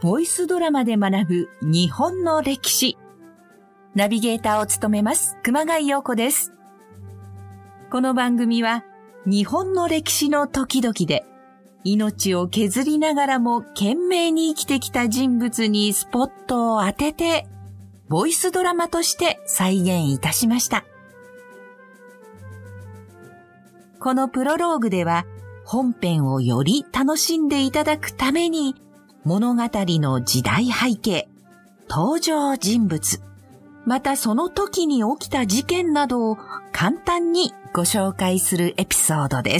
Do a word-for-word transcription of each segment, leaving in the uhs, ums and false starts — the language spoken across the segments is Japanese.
ボイスドラマで学ぶ日本の歴史。ナビゲーターを務めます熊谷陽子です。この番組は日本の歴史の時々で命を削りながらも懸命に生きてきた人物にスポットを当ててボイスドラマとして再現いたしました。このプロローグでは本編をより楽しんでいただくために物語の時代背景、登場人物、またその時に起きた事件などを簡単にご紹介するエピソードです。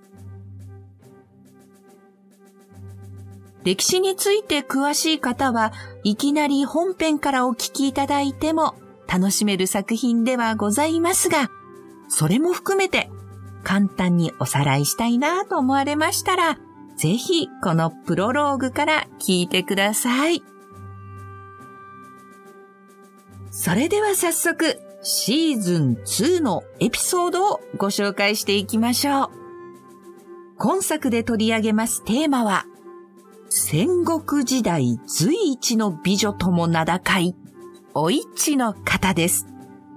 歴史について詳しい方はいきなり本編からお聞きいただいても楽しめる作品ではございますが、それも含めて簡単におさらいしたいなと思われましたら、ぜひこのプロローグから聞いてください。それでは早速シーズンツーのエピソードをご紹介していきましょう。今作で取り上げますテーマは、戦国時代随一の美女とも名高いお市の方です。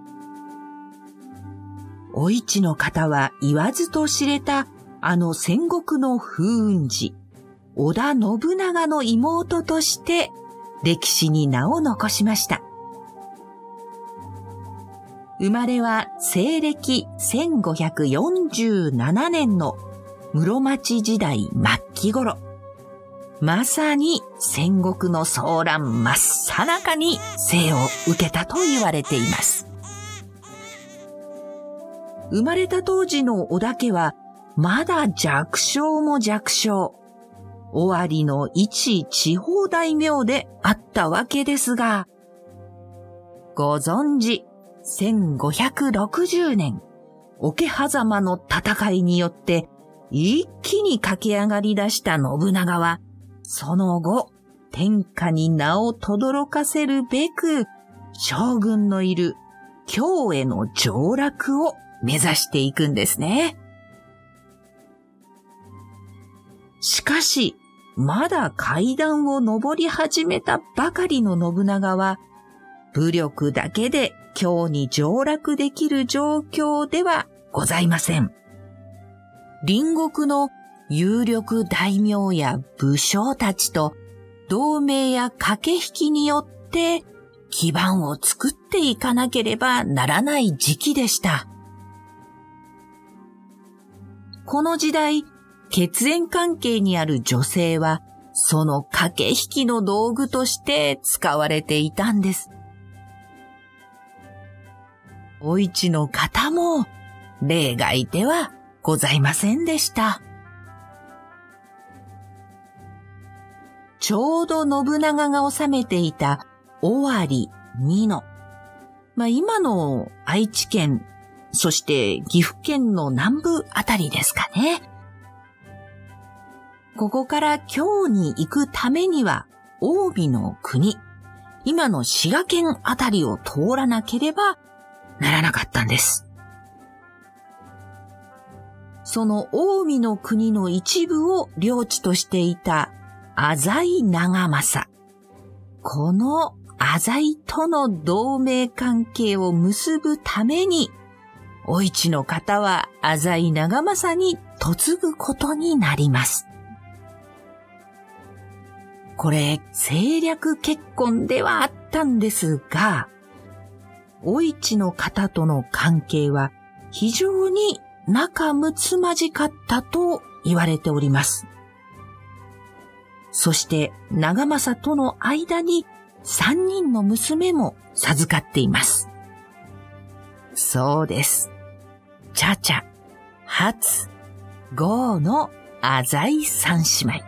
お市の方は言わずと知れたあの戦国の風雲児、織田信長の妹として歴史に名を残しました。生まれは西暦せんごひゃくよんじゅうななねんの室町時代末期頃、まさに戦国の騒乱真っ最中に生を受けたと言われています。生まれた当時の織田家はまだ弱小も弱小、尾張の一地方大名であったわけですが、ご存知、せんごひゃくろくじゅうねん、桶狭間の戦いによって一気に駆け上がり出した信長は、その後、天下に名を轟かせるべく、将軍のいる京への上洛を目指していくんですね。しかし、まだ階段を上り始めたばかりの信長は、武力だけで京に上洛できる状況ではございません。隣国の有力大名や武将たちと同盟や駆け引きによって基盤を作っていかなければならない時期でした。この時代、血縁関係にある女性はその駆け引きの道具として使われていたんです。お市の方も例外ではございませんでした。ちょうど信長が治めていた尾張、美濃、まあ今の愛知県、そして岐阜県の南部あたりですかね。ここから京に行くためには近江の国、今の滋賀県あたりを通らなければならなかったんです。その近江の国の一部を領地としていた浅井長政。この浅井との同盟関係を結ぶために、お市の方は浅井長政に嫁ぐことになります。これ、政略結婚ではあったんですが、お市の方との関係は非常に仲睦まじかったと言われております。そして長政との間に三人の娘も授かっています。そうです。茶々、初、郷の浅井三姉妹。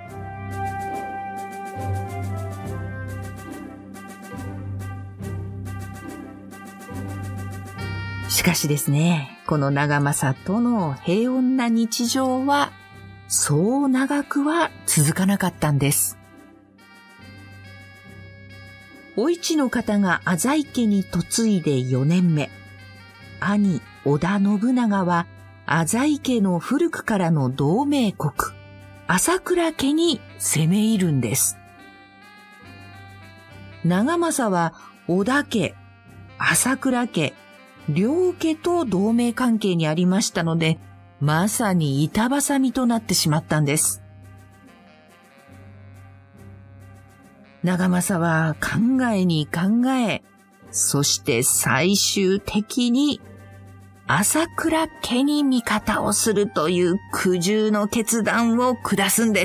しかしですね、この長政との平穏な日常はそう長くは続かなかったんです。お市の方が浅井家に嫁いでよねんめ、兄織田信長は浅井家の古くからの同盟国、朝倉家に攻め入るんです。 長政は織田家、朝倉家、両家と同盟関係にありましたので、まさに板挟みとなってしまったんです。長政は考えに考え、そして最終的に朝倉家に味方をするという苦渋の決断を下すんです。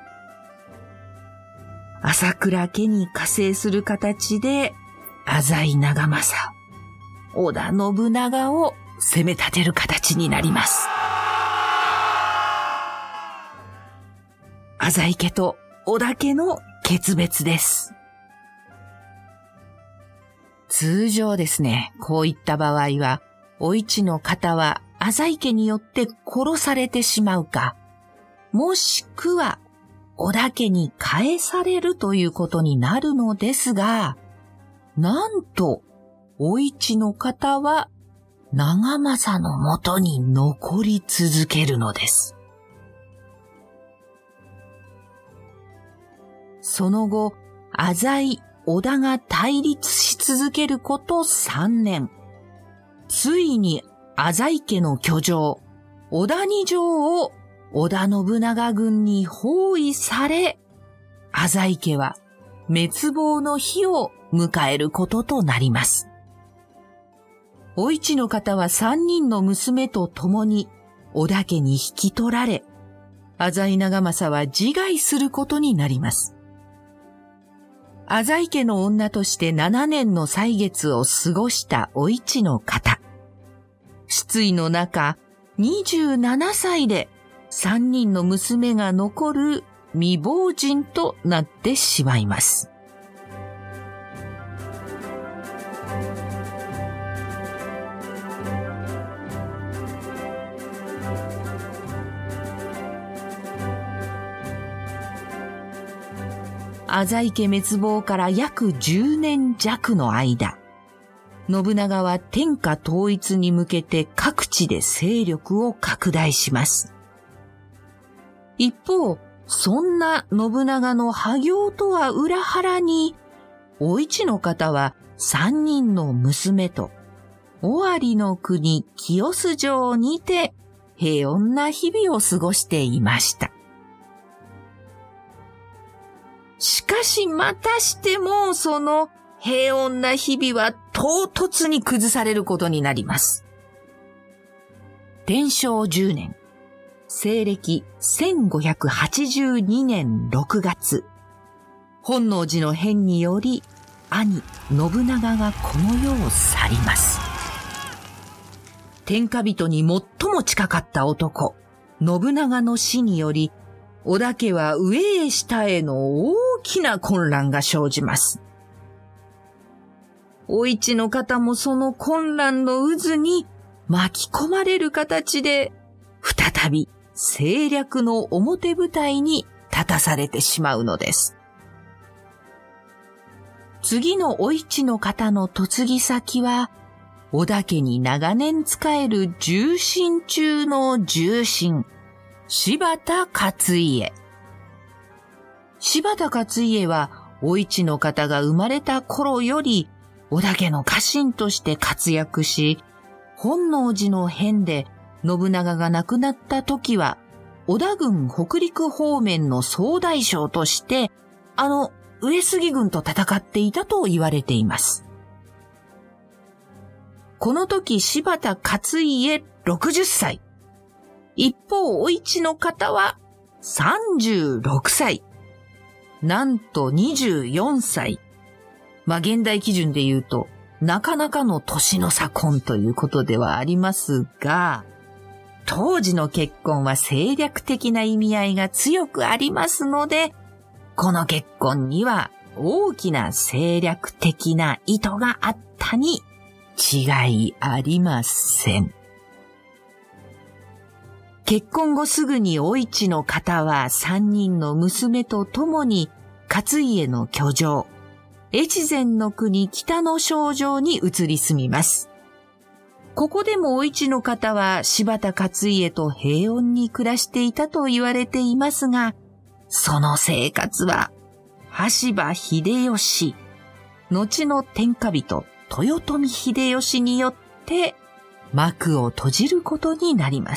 朝倉家に加勢する形で浅井長政、織田信長を攻め立てる形になります。浅井家と織田家の決別です。通常ですね、こういった場合は、お市の方は浅井家によって殺されてしまうか、もしくは織田家に返されるということになるのですが、なんと、お市の方は長政のもとに残り続けるのです。その後、浅井、織田が対立し続けることさんねん。ついに浅井家の居城、小谷城を織田信長軍に包囲され、浅井家は滅亡の日を迎えることとなります。お市の方は三人の娘と共に織田家に引き取られ、浅井長政は自害することになります。浅井家の女として七年の歳月を過ごしたお市の方。失意の中、にじゅうななさいで三人の娘が残る未亡人となってしまいます。浅井家滅亡から約じゅうねんじゃくの間、信長は天下統一に向けて各地で勢力を拡大します。一方、そんな信長の破業とは裏腹に、お市の方は三人の娘と、尾張の国清洲城にて平穏な日々を過ごしていました。しかしまたしてもその平穏な日々は唐突に崩されることになります。天正じゅうねん、西暦せんごひゃくはちじゅうにねんろくがつ、本能寺の変により兄信長がこの世を去ります。天下人に最も近かった男、信長の死により、織田家は上へ下への大きな混乱が生じます。お市の方もその混乱の渦に巻き込まれる形で、再び政略の表舞台に立たされてしまうのです。次のお市の方の嫁ぎ先は、織田家に長年仕える重臣中の重臣、柴田勝家。柴田勝家は、お市の方が生まれた頃より、織田家の家臣として活躍し、本能寺の変で信長が亡くなった時は、織田軍北陸方面の総大将として、あの上杉軍と戦っていたと言われています。この時柴田勝家ろくじゅっさい。一方、お市の方はさんじゅうろくさい。なんとにじゅうよんさい。まあ、現代基準で言うと、なかなかの年の差婚ということではありますが、当時の結婚は政略的な意味合いが強くありますので、この結婚には大きな政略的な意図があったに違いありません。結婚後すぐにお市の方は三人の娘と共に勝家の居城、越前の国北の庄城に移り住みます。ここでもお市の方は柴田勝家と平穏に暮らしていたと言われていますが、その生活は羽柴秀吉、 後の天下人豊臣秀吉によって幕を閉じることになります。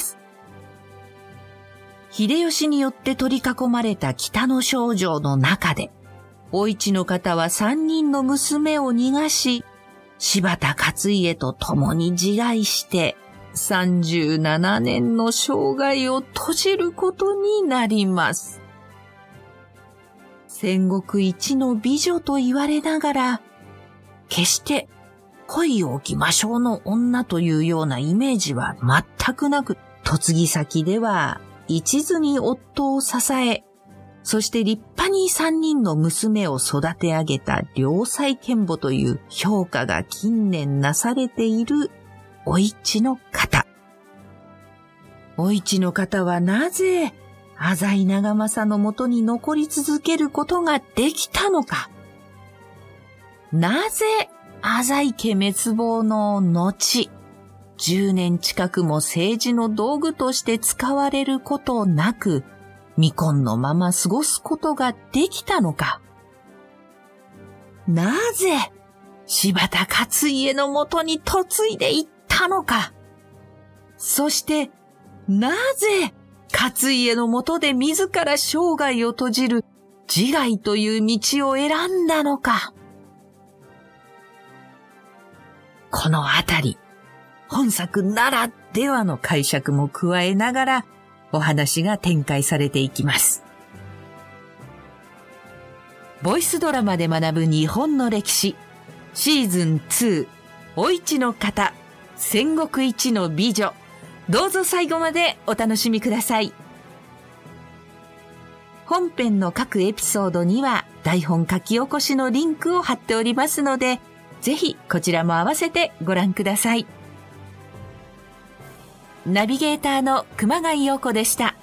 秀吉によって取り囲まれた北の庄城の中で、お市の方は三人の娘を逃がし、柴田勝家と共に自害して、さんじゅうななねんの生涯を閉じることになります。戦国一の美女と言われながら、決して恋を置きましょうの女というようなイメージは全くなく、嫁ぎ先では一途に夫を支え、そして立派に三人の娘を育て上げた良妻賢母という評価が近年なされているお市の方。お市の方はなぜ浅井長政のもとに残り続けることができたのか。なぜ浅井家滅亡の後、じゅうねん近くも政治の道具として使われることなく、未婚のまま過ごすことができたのか。なぜ柴田勝家のもとに嫁いでいったのか。そしてなぜ勝家のもとで自ら生涯を閉じる自害という道を選んだのか。このあたり、本作ならではの解釈も加えながらお話が展開されていきます。ボイスドラマで学ぶ日本の歴史シーズンツー、お市の方、戦国一の美女。どうぞ最後までお楽しみください。本編の各エピソードには台本書き起こしのリンクを貼っておりますので、ぜひこちらも合わせてご覧ください。ナビゲーターの熊谷陽子でした。